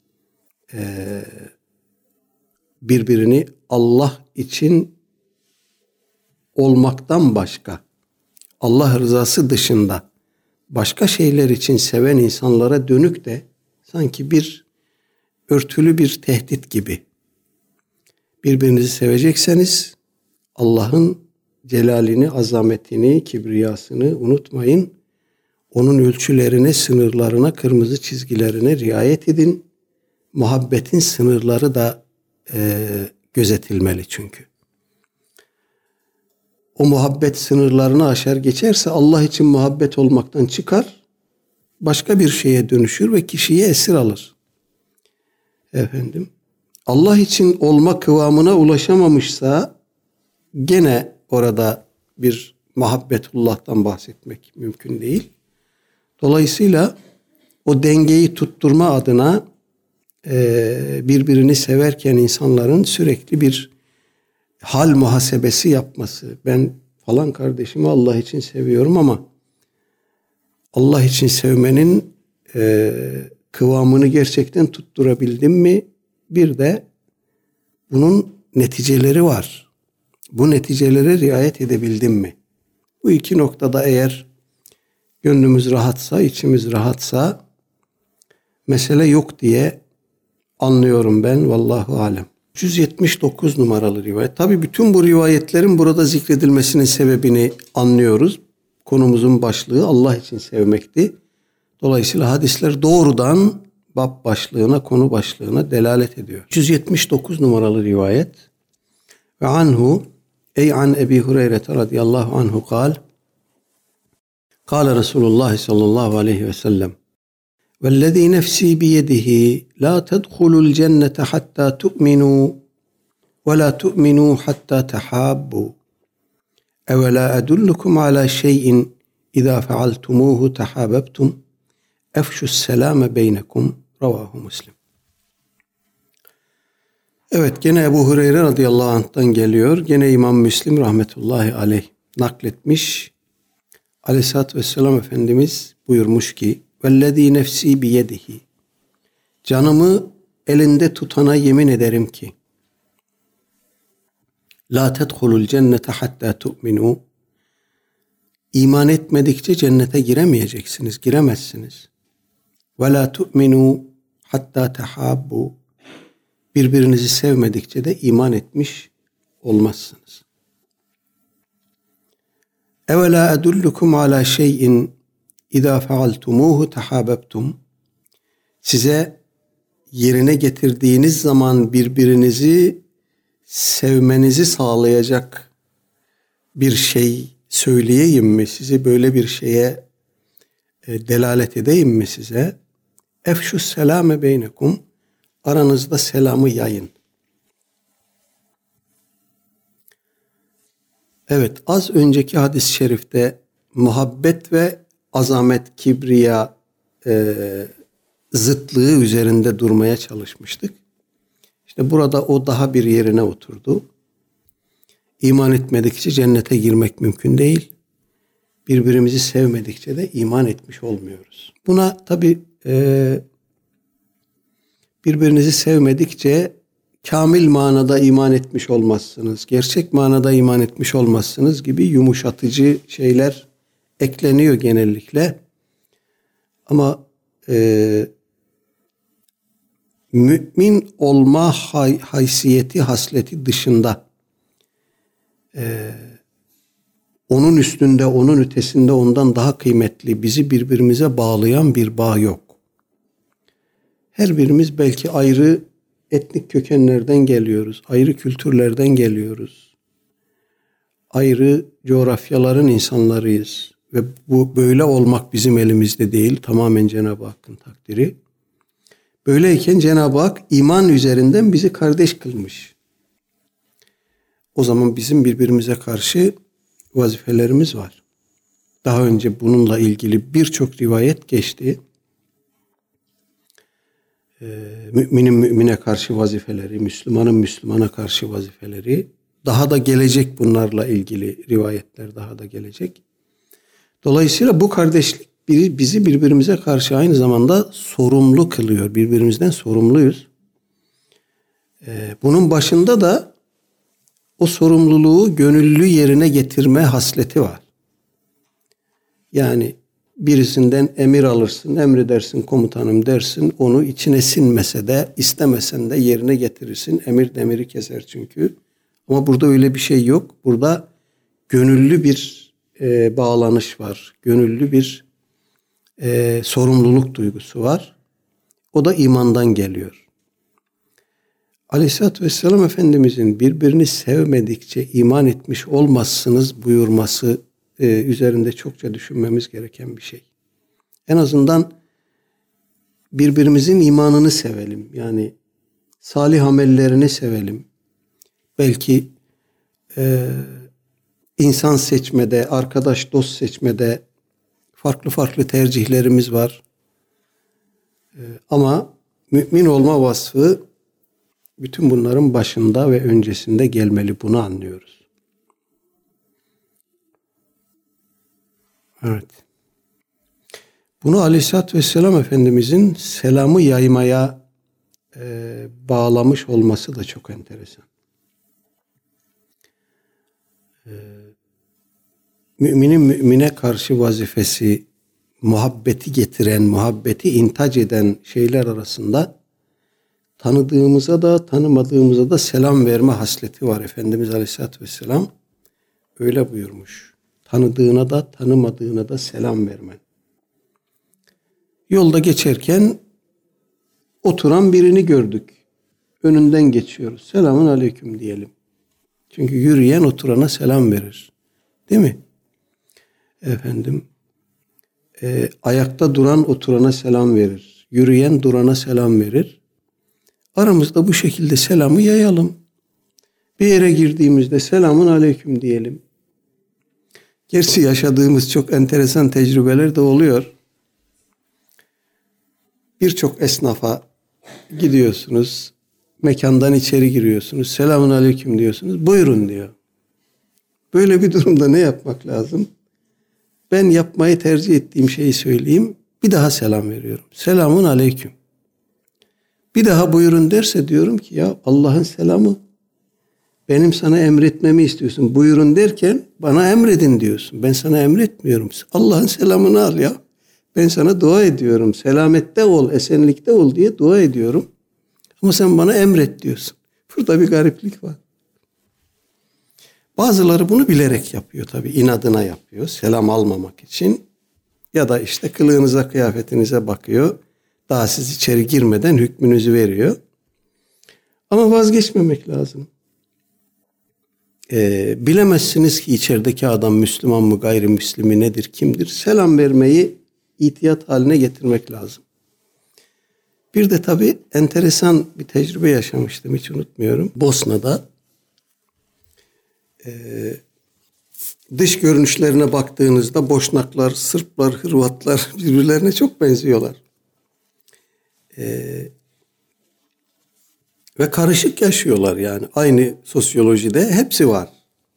S1: birbirini Allah için olmaktan başka, Allah rızası dışında başka şeyler için seven insanlara dönük de sanki bir örtülü bir tehdit gibi. Birbirinizi sevecekseniz Allah'ın celalini, azametini, kibriyasını unutmayın. Onun ölçülerine, sınırlarına, kırmızı çizgilerine riayet edin. Muhabbetin sınırları da gözetilmeli çünkü. O muhabbet sınırlarını aşar geçerse Allah için muhabbet olmaktan çıkar, başka bir şeye dönüşür ve kişiyi esir alır. Allah için olma kıvamına ulaşamamışsa gene orada bir muhabbetullah'tan bahsetmek mümkün değil. Dolayısıyla o dengeyi tutturma adına birbirini severken insanların sürekli bir hal muhasebesi yapması. Ben falan kardeşimi Allah için seviyorum ama Allah için sevmenin kıvamını gerçekten tutturabildim mi? Bir de bunun neticeleri var. Bu neticelere riayet edebildim mi? Bu iki noktada eğer gönlümüz rahatsa, içimiz rahatsa mesele yok diye anlıyorum ben. Vallahu alem. 179 numaralı rivayet. Tabii bütün bu rivayetlerin burada zikredilmesinin sebebini anlıyoruz. Konumuzun başlığı Allah için sevmekti. Dolayısıyla hadisler doğrudan bab başlığına, konu başlığına delalet ediyor. 179 numaralı rivayet. Ve anhu ey an Ebi Hureyre radıyallahu anhu kal kâle Resulullah sallallahu aleyhi ve sellem vellezî nefsî biyedihi la tedhulul cennete hattâ tu'minû ve la tu'minû hattâ tehâbbû evelâ edullukum alâ şeyin izâ fealtumûhu tehâbebtum efşus selâme beynekum ravâhu Müslim. Evet, gene Ebu Hureyre radıyallahu anh'tan geliyor. Gene İmam Müslim rahmetullahi aleyh nakletmiş. Aleyhisselatü vesselam Efendimiz buyurmuş ki vellezî nefsî biyedihi canımı elinde tutana yemin ederim ki la tedhulul cennete hattâ tu'minû iman etmedikçe cennete giremeyeceksiniz, giremezsiniz. Ve la tu'minû hattâ tehâbbû birbirinizi sevmedikçe de iman etmiş olmazsınız. Evelâ edullukum alâ şeyin izâ fealtumûhu tehâbebtum size yerine getirdiğiniz zaman birbirinizi sevmenizi sağlayacak bir şey söyleyeyim mi? Sizi böyle bir şeye delalet edeyim mi size? Efşus selâme beynekum aranızda selamı yayın. Evet, az önceki hadis-i şerifte muhabbet ve azamet, kibriya zıtlığı üzerinde durmaya çalışmıştık. İşte burada o daha bir yerine oturdu. İman etmedikçe cennete girmek mümkün değil. Birbirimizi sevmedikçe de iman etmiş olmuyoruz. Buna tabii birbirinizi sevmedikçe kamil manada iman etmiş olmazsınız, gerçek manada iman etmiş olmazsınız gibi yumuşatıcı şeyler ekleniyor genellikle. Ama mümin olma haysiyeti, hasleti dışında onun üstünde, onun ötesinde, ondan daha kıymetli, bizi birbirimize bağlayan bir bağ yok. Her birimiz belki ayrı etnik kökenlerden geliyoruz, ayrı kültürlerden geliyoruz. Ayrı coğrafyaların insanlarıyız ve bu böyle olmak bizim elimizde değil, tamamen Cenab-ı Hakk'ın takdiri. Böyleyken Cenab-ı Hak iman üzerinden bizi kardeş kılmış. O zaman bizim birbirimize karşı vazifelerimiz var. Daha önce bununla ilgili birçok rivayet geçti. Müminin mümine karşı vazifeleri, Müslümanın Müslümana karşı vazifeleri, daha da gelecek bunlarla ilgili rivayetler daha da gelecek. Dolayısıyla bu kardeşlik bizi birbirimize karşı aynı zamanda sorumlu kılıyor. Birbirimizden sorumluyuz. Bunun başında da o sorumluluğu gönüllü yerine getirme hasleti var. Yani birisinden emir alırsın, emredersin komutanım dersin, onu içine sinmese de istemesen de yerine getirirsin. Emir demiri keser çünkü. Ama burada öyle bir şey yok. Burada gönüllü bir bağlanış var. Gönüllü bir sorumluluk duygusu var. O da imandan geliyor. Aleyhisselatü Vesselam Efendimizin birbirini sevmedikçe iman etmiş olmazsınız buyurması üzerinde çokça düşünmemiz gereken bir şey. En azından birbirimizin imanını sevelim. Yani salih amellerini sevelim. Belki insan seçmede, arkadaş dost seçmede farklı farklı tercihlerimiz var. Ama mümin olma vasfı bütün bunların başında ve öncesinde gelmeli. Bunu anlıyoruz. Evet. Bunu Aleyhisselatü Vesselam Efendimizin selamı yaymaya bağlamış olması da çok enteresan. Müminin mümine karşı vazifesi, muhabbeti getiren, muhabbeti intac eden şeyler arasında tanıdığımıza da tanımadığımıza da selam verme hasleti var. Efendimiz Aleyhisselatü Vesselam öyle buyurmuş. Tanıdığına da tanımadığına da selam vermen. Yolda geçerken oturan birini gördük. Önünden geçiyoruz. Selamun aleyküm diyelim. Çünkü yürüyen oturana selam verir. Değil mi? Ayakta duran oturana selam verir. Yürüyen durana selam verir. Aramızda bu şekilde selamı yayalım. Bir yere girdiğimizde selamun aleyküm diyelim. Gerçi yaşadığımız çok enteresan tecrübeler de oluyor. Birçok esnafa gidiyorsunuz. Mekandan içeri giriyorsunuz. Selamun aleyküm diyorsunuz. Buyurun diyor. Böyle bir durumda ne yapmak lazım? Ben yapmayı tercih ettiğim şeyi söyleyeyim. Bir daha selam veriyorum. Selamun aleyküm. Bir daha buyurun derse diyorum ki ya Allah'ın selamı. Benim sana emretmemi istiyorsun. Buyurun derken bana emredin diyorsun. Ben sana emretmiyorum. Allah'ın selamını al ya. Ben sana dua ediyorum. Selamette ol, esenlikte ol diye dua ediyorum. Ama sen bana emret diyorsun. Burada bir gariplik var. Bazıları bunu bilerek yapıyor tabii. İnadına yapıyor. Selam almamak için. Ya da işte kılığınıza, kıyafetinize bakıyor. Daha siz içeri girmeden hükmünüzü veriyor. Ama vazgeçmemek lazım. Bilemezsiniz ki içerideki adam Müslüman mı, gayrimüslim mi, nedir, kimdir? Selam vermeyi ihtiyat haline getirmek lazım. Bir de tabii enteresan bir tecrübe yaşamıştım, hiç unutmuyorum. Bosna'da dış görünüşlerine baktığınızda Boşnaklar, Sırplar, Hırvatlar birbirlerine çok benziyorlar. Ve karışık yaşıyorlar yani. Aynı sosyolojide hepsi var.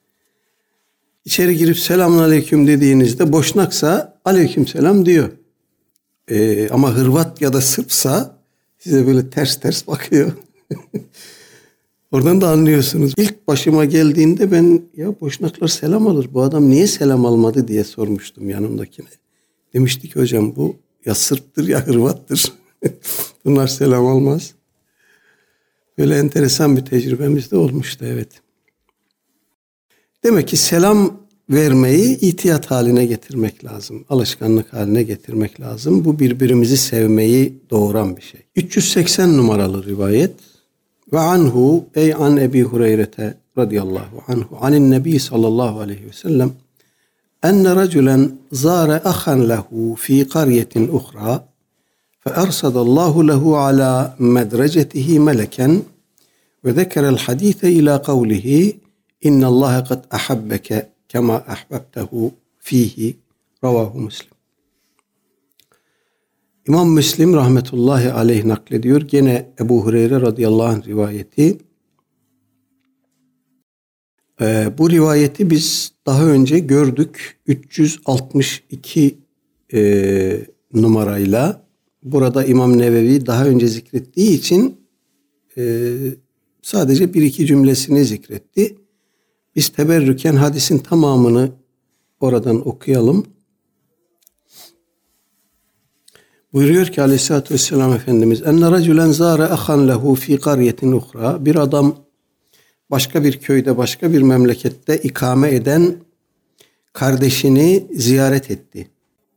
S1: İçeri girip selamun aleyküm dediğinizde Boşnaksa aleyküm selam diyor. Ama Hırvat ya da Sırpsa size böyle ters ters bakıyor. Oradan da anlıyorsunuz. İlk başıma geldiğinde ben ya Boşnaklar selam alır. Bu adam niye selam almadı diye sormuştum yanımdakine. Demişti ki hocam bu ya Sırp'tır ya Hırvat'tır. Bunlar selam almaz. Böyle enteresan bir tecrübemiz de olmuştu, evet. Demek ki selam vermeyi ihtiyat haline getirmek lazım. Alışkanlık haline getirmek lazım. Bu birbirimizi sevmeyi doğuran bir şey. 380 numaralı rivayet. Ve anhu ey an Ebi Hureyre radıyallahu anhu anin nebi sallallahu aleyhi ve sellem enne raculen zâre ahan lehu fi qaryetin uhra فأرصد الله له على مدرجته ملكا وذكر الحديث إلى قوله إن الله قد أحبك كما أحببته فيه رواه مسلم. İmam Müslim rahmetullahi aleyh naklediyor. Gene Ebu Hureyre radıyallahu anh rivayeti. Bu rivayeti biz daha önce gördük. 362 numarayla. Burada İmam Nevevi daha önce zikrettiği için sadece bir iki cümlesini zikretti. Biz teberrüken hadisin tamamını oradan okuyalım. Buyuruyor ki aleyhissalatü vesselam Efendimiz enne racülen zâre ahan lehu fî qaryetin uhra. Bir adam başka bir köyde, başka bir memlekette ikame eden kardeşini ziyaret etti.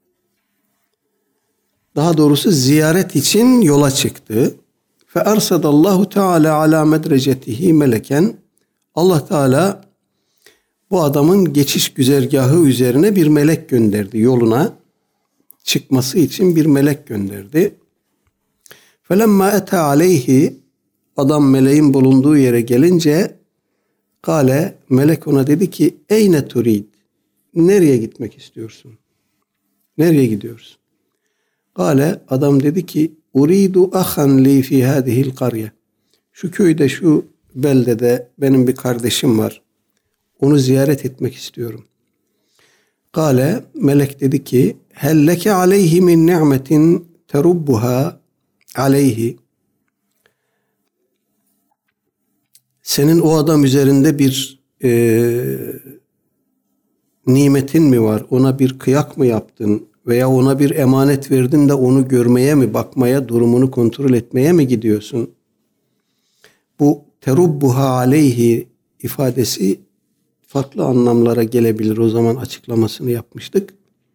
S1: Daha doğrusu ziyaret için yola çıktı. Fe arsadallahu teala ala medrecetihi meleken. Allah Teala bu adamın geçiş güzergahı üzerine bir melek gönderdi. Yoluna çıkması için bir melek gönderdi. Felemma ete aleyhi, adam meleğin bulunduğu yere gelince kale, melek ona dedi ki eyne turid, nereye gitmek istiyorsun? Nereye gidiyorsun? Kale, adam dedi ki uridu ahan li fi hadihil qarye. Şu köyde, şu beldede benim bir kardeşim var. Onu ziyaret etmek istiyorum. Kale, melek dedi ki helleke aleyhi min ni'metin terubbuha aleyhi. Senin o adam üzerinde bir nimetin mi var? Ona bir kıyak mı yaptın? Veya ona bir emanet verdin de onu görmeye mi, bakmaya, durumunu kontrol etmeye mi gidiyorsun? Bu terubbuha aleyhi ifadesi farklı anlamlara gelebilir. O zaman açıklamasını yapmıştık.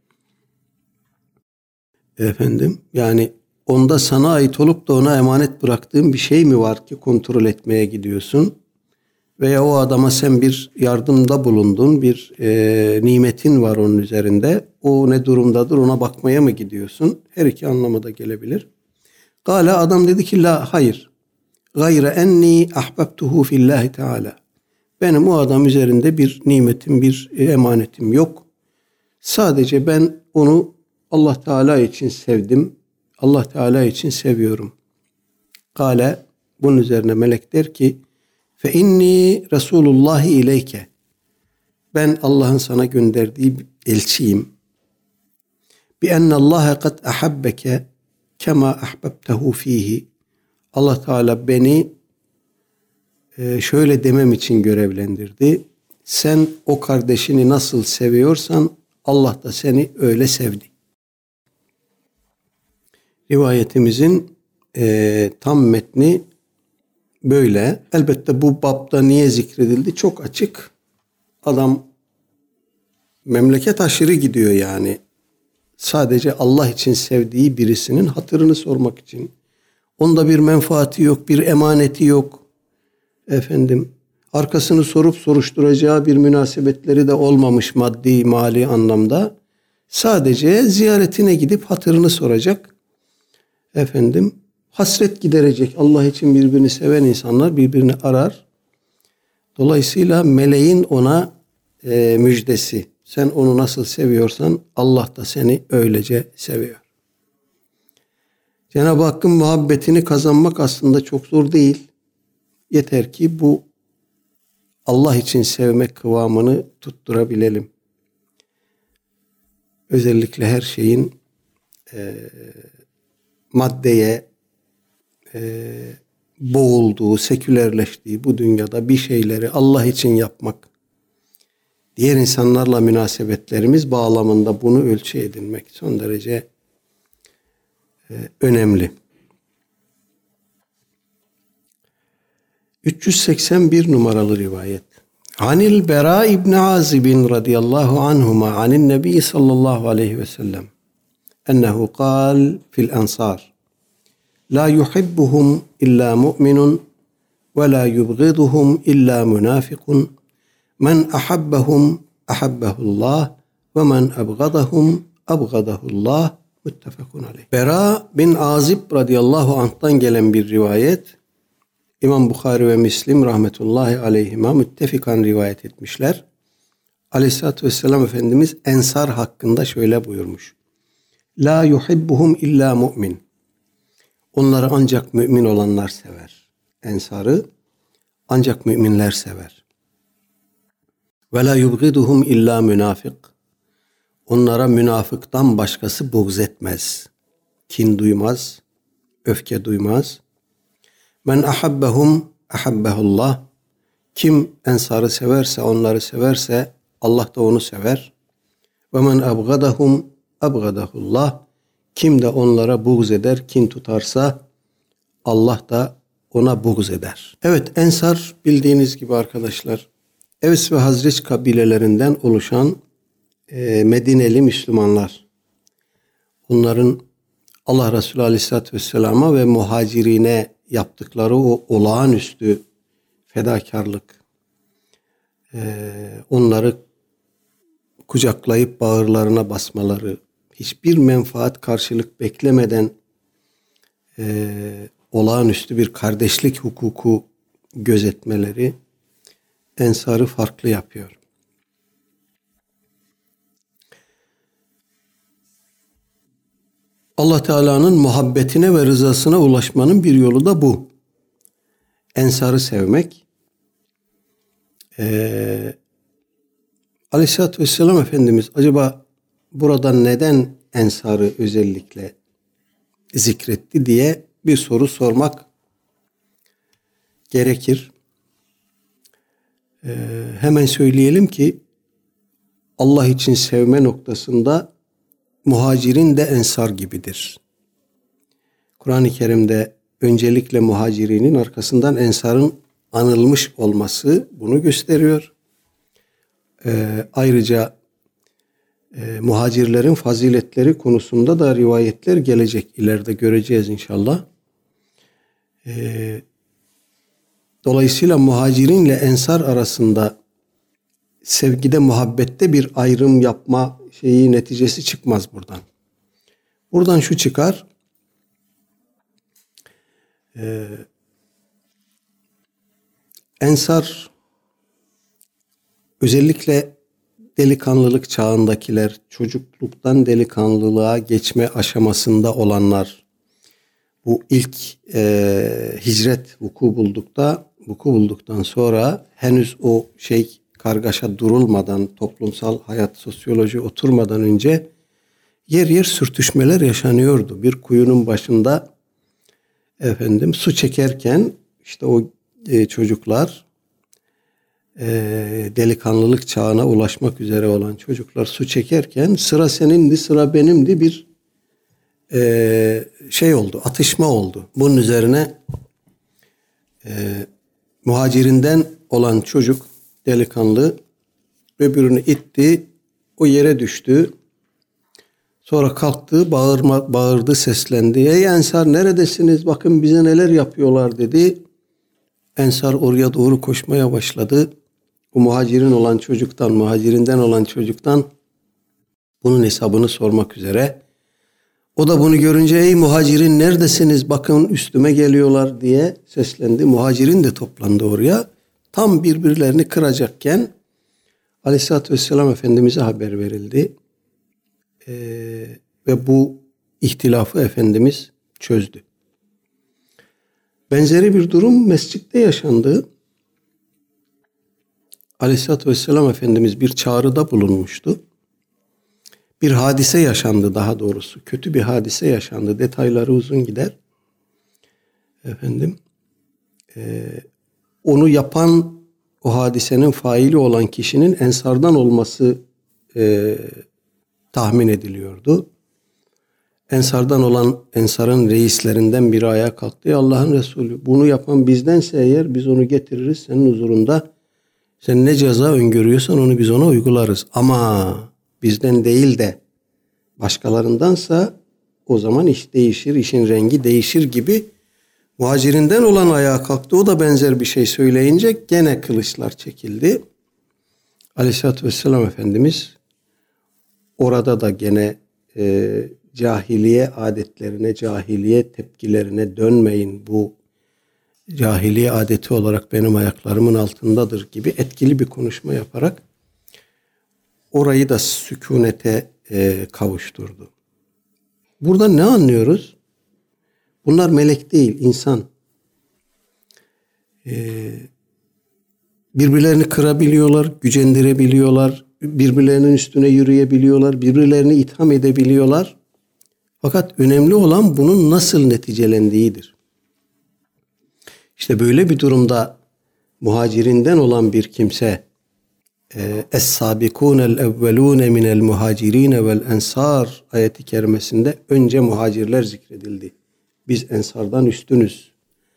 S1: Yani onda sana ait olup da ona emanet bıraktığın bir şey mi var ki kontrol etmeye gidiyorsun? veya o adama sen bir yardımda bulundun, bir nimetin var onun üzerinde. O ne durumdadır, ona bakmaya mı gidiyorsun? Her iki anlama da gelebilir. Kale, adam dedi ki la, hayır. Gayre enni ahbabtuhu fillahi teala. Benim o adam üzerinde bir nimetim, bir emanetim yok. Sadece ben onu Allah Teala için sevdim. Allah Teala için seviyorum. Kale, bunun üzerine melek der ki fe inni Resulullahi ileyke. Ben Allah'ın sana gönderdiği elçiyim. Bi ennallâhe kad ahabbeke kema ahbabtehu fihi. Allah Teala beni şöyle demem için görevlendirdi. Sen o kardeşini nasıl seviyorsan Allah da seni öyle sevdi. Rivayetimizin tam metni böyle. Elbette bu babda niye zikredildi? Çok açık. Adam memleket aşırı gidiyor yani. Sadece Allah için sevdiği birisinin hatırını sormak için. Onda bir menfaati yok, bir emaneti yok. Arkasını sorup soruşturacağı bir münasebetleri de olmamış maddi, mali anlamda. Sadece ziyaretine gidip hatırını soracak. Hasret giderecek. Allah için birbirini seven insanlar birbirini arar. Dolayısıyla meleğin ona müjdesi. Sen onu nasıl seviyorsan Allah da seni öylece seviyor. Cenab-ı Hakk'ın muhabbetini kazanmak aslında çok zor değil. Yeter ki bu Allah için sevmek kıvamını tutturabilelim. Özellikle her şeyin maddeye boğulduğu, sekülerleştiği bu dünyada bir şeyleri Allah için yapmak, diğer insanlarla münasebetlerimiz bağlamında bunu ölçü edinmek son derece önemli. 381 numaralı rivayet. Anil Bera ibn Azib radıyallahu anhuma anin Nebi sallallahu aleyhi ve sellem ennehu kal fil ensar la yuhibbuhum illa mu'minun ve la yubghiduhum illa munafikun men ahabbahum ahabbahullah ve men abgadahum abgadahullah. Muttefakun aleyh. Bera bin Azib radıyallahu anh'tan gelen bir rivayet. İmam Bukhari ve Müslim rahmetullahi aleyhima müttefikan rivayet etmişler. Aleyhisselatü vesselam Efendimiz Ensar hakkında şöyle buyurmuş. La yuhibbuhum illa mu'min. Onları ancak mümin olanlar sever. Ensarı ancak müminler sever. Ve la yubghiduhum illa münafık. Onlara münafıktan başkası buğz etmez. Kin duymaz, öfke duymaz. Men ahabbahum ahabbahullah. Kim ensarı severse, onları severse Allah da onu sever. Ve men abgadahum abgadahullah. Kim de onlara buğz eder, kin tutarsa Allah da ona buğz eder. Evet, Ensar bildiğiniz gibi arkadaşlar Evs ve Hazreç kabilelerinden oluşan Medineli Müslümanlar. Onların Allah Resulü Aleyhisselatü Vesselam'a ve muhacirine yaptıkları o olağanüstü fedakarlık, onları kucaklayıp bağırlarına basmaları, hiçbir menfaat karşılık beklemeden olağanüstü bir kardeşlik hukuku gözetmeleri Ensar'ı farklı yapıyor. Allah Teala'nın muhabbetine ve rızasına ulaşmanın bir yolu da bu. Ensar'ı sevmek. Aleyhisselatü Vesselam Efendimiz acaba burada neden Ensar'ı özellikle zikretti diye bir soru sormak gerekir. Hemen söyleyelim ki Allah için sevme noktasında muhacirin de ensar gibidir. Kur'an-ı Kerim'de öncelikle muhacirinin arkasından ensarın anılmış olması bunu gösteriyor. Ayrıca muhacirlerin faziletleri konusunda da rivayetler gelecek. İleride göreceğiz inşallah. Dolayısıyla muhacirinle ensar arasında sevgide, muhabbette bir ayrım yapma neticesi çıkmaz buradan. Buradan şu çıkar. Ensar özellikle delikanlılık çağındakiler, çocukluktan delikanlılığa geçme aşamasında olanlar, bu ilk hicret vuku bulduktan sonra henüz o kargaşa durulmadan, toplumsal hayat, sosyoloji oturmadan önce yer yer sürtüşmeler yaşanıyordu. Bir kuyunun başında su çekerken işte o çocuklar, delikanlılık çağına ulaşmak üzere olan çocuklar su çekerken sıra senindi, sıra benimdi bir oldu, atışma oldu. Bunun üzerine muhacirinden olan çocuk, delikanlı öbürünü itti, o yere düştü. Sonra kalktı, bağırdı, seslendi. Ey Ensar, neredesiniz? Bakın bize neler yapıyorlar dedi. Ensar oraya doğru koşmaya başladı. O muhacirinden olan çocuktan bunun hesabını sormak üzere. O da bunu görünce ey muhacirin neredesiniz? Bakın üstüme geliyorlar diye seslendi. Muhacirin de toplandı oraya. Tam birbirlerini kıracakken Aleyhisselatü Vesselam Efendimiz'e haber verildi. Ve bu ihtilafı Efendimiz çözdü. Benzeri bir durum mescitte yaşandı. Aleyhisselatü Vesselam Efendimiz bir çağrıda bulunmuştu. Bir hadise yaşandı daha doğrusu. Kötü bir hadise yaşandı. Detayları uzun gider. Onu yapan, o hadisenin faili olan kişinin ensardan olması tahmin ediliyordu. Ensardan olan ensarın reislerinden biri ayağa kalktı. Ey Allah'ın Resulü, bunu yapan bizdense eğer biz onu getiririz senin huzurunda. Sen ne ceza öngörüyorsan onu biz ona uygularız. Ama bizden değil de başkalarındansa o zaman iş değişir, işin rengi değişir gibi. Muhacirinden olan ayağa kalktı. O da benzer bir şey söyleyince gene kılıçlar çekildi. Aleyhisselatü Vesselam Efendimiz orada da gene cahiliye adetlerine, cahiliye tepkilerine dönmeyin. Bu cahiliye adeti olarak benim ayaklarımın altındadır gibi etkili bir konuşma yaparak orayı da sükunete kavuşturdu. Burada ne anlıyoruz? Bunlar melek değil, insan. Birbirlerini kırabiliyorlar, gücendirebiliyorlar, birbirlerinin üstüne yürüyebiliyorlar, birbirlerini itham edebiliyorlar. Fakat önemli olan bunun nasıl neticelendiğidir. İşte böyle bir durumda muhacirinden olan bir kimse Es-sabikûnel evvelûne minel muhacirîne vel ensar ayeti kerimesinde önce muhacirler zikredildi. Biz ensardan üstünüz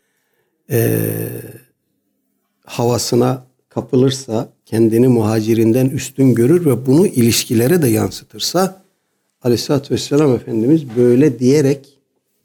S1: havasına kapılırsa, kendini muhacirinden üstün görür ve bunu ilişkilere de yansıtırsa Aleyhisselatü Vesselam Efendimiz böyle diyerek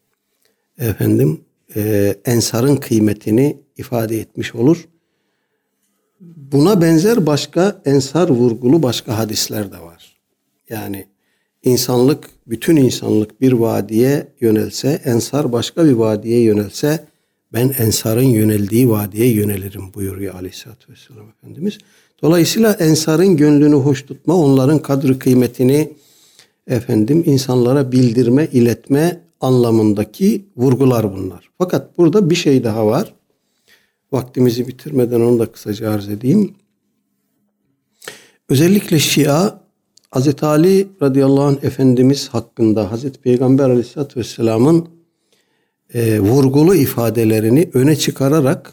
S1: ensarın kıymetini ifade etmiş olur. Buna benzer başka ensar vurgulu başka hadisler de var. Yani bütün insanlık bir vadiye yönelse, ensar başka bir vadiye yönelse ben ensarın yöneldiği vadiye yönelirim buyuruyor Aleyhisselatü Vesselam Efendimiz. Dolayısıyla ensarın gönlünü hoş tutma, onların kadri kıymetini insanlara bildirme, iletme anlamındaki vurgular bunlar. Fakat burada bir şey daha var. Vaktimizi bitirmeden onu da kısaca arz edeyim. Özellikle Şia, Hazreti Ali radıyallahu anh Efendimiz hakkında Hazreti Peygamber aleyhissalatü vesselamın vurgulu ifadelerini öne çıkararak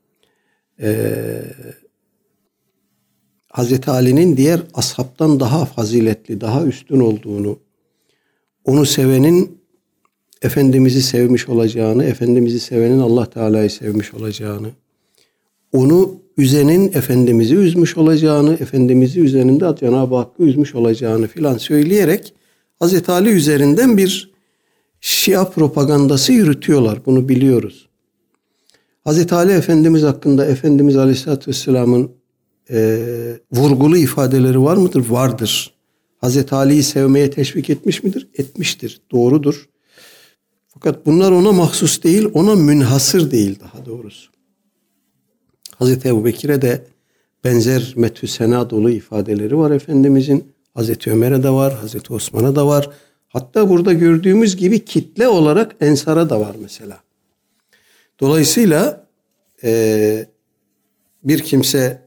S1: Hazreti Ali'nin diğer ashabtan daha faziletli, daha üstün olduğunu, onu sevenin Efendimiz'i sevmiş olacağını, Efendimiz'i sevenin Allah Teala'yı sevmiş olacağını, onu üzenin Efendimiz'i üzmüş olacağını, Efendimiz'i üzenin de Cenab-ı Hakk'ı üzmüş olacağını filan söyleyerek Hazreti Ali üzerinden bir Şia propagandası yürütüyorlar. Bunu biliyoruz. Hazreti Ali Efendimiz hakkında Efendimiz Aleyhisselatü Vesselam'ın vurgulu ifadeleri var mıdır? Vardır. Hazreti Ali'yi sevmeye teşvik etmiş midir? Etmiştir. Doğrudur. Fakat bunlar ona mahsus değil, ona münhasır değil daha doğrusu. Hazreti Ebubekir'e de benzer methü sena dolu ifadeleri var Efendimizin. Hazreti Ömer'e de var, Hazreti Osman'a da var. Hatta burada gördüğümüz gibi kitle olarak Ensar'a da var mesela. Dolayısıyla bir kimse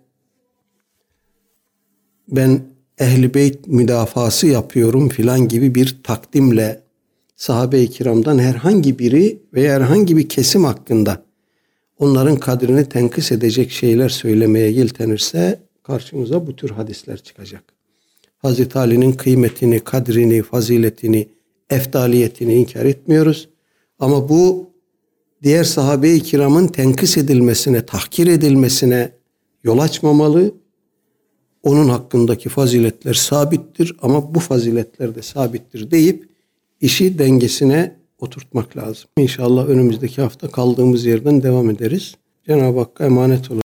S1: ben Ehl-i Beyt müdafası yapıyorum filan gibi bir takdimle sahabe-i kiramdan herhangi biri veya herhangi bir kesim hakkında onların kadrini tenkis edecek şeyler söylemeye yeltenirse karşımıza bu tür hadisler çıkacak. Hazreti Ali'nin kıymetini, kadrini, faziletini, efdaliyetini inkar etmiyoruz. Ama bu diğer sahabe-i kiramın tenkis edilmesine, tahkir edilmesine yol açmamalı. Onun hakkındaki faziletler sabittir ama bu faziletler de sabittir deyip işi dengesine oturtmak lazım. İnşallah önümüzdeki hafta kaldığımız yerden devam ederiz. Cenab-ı Hakk'a emanet olun.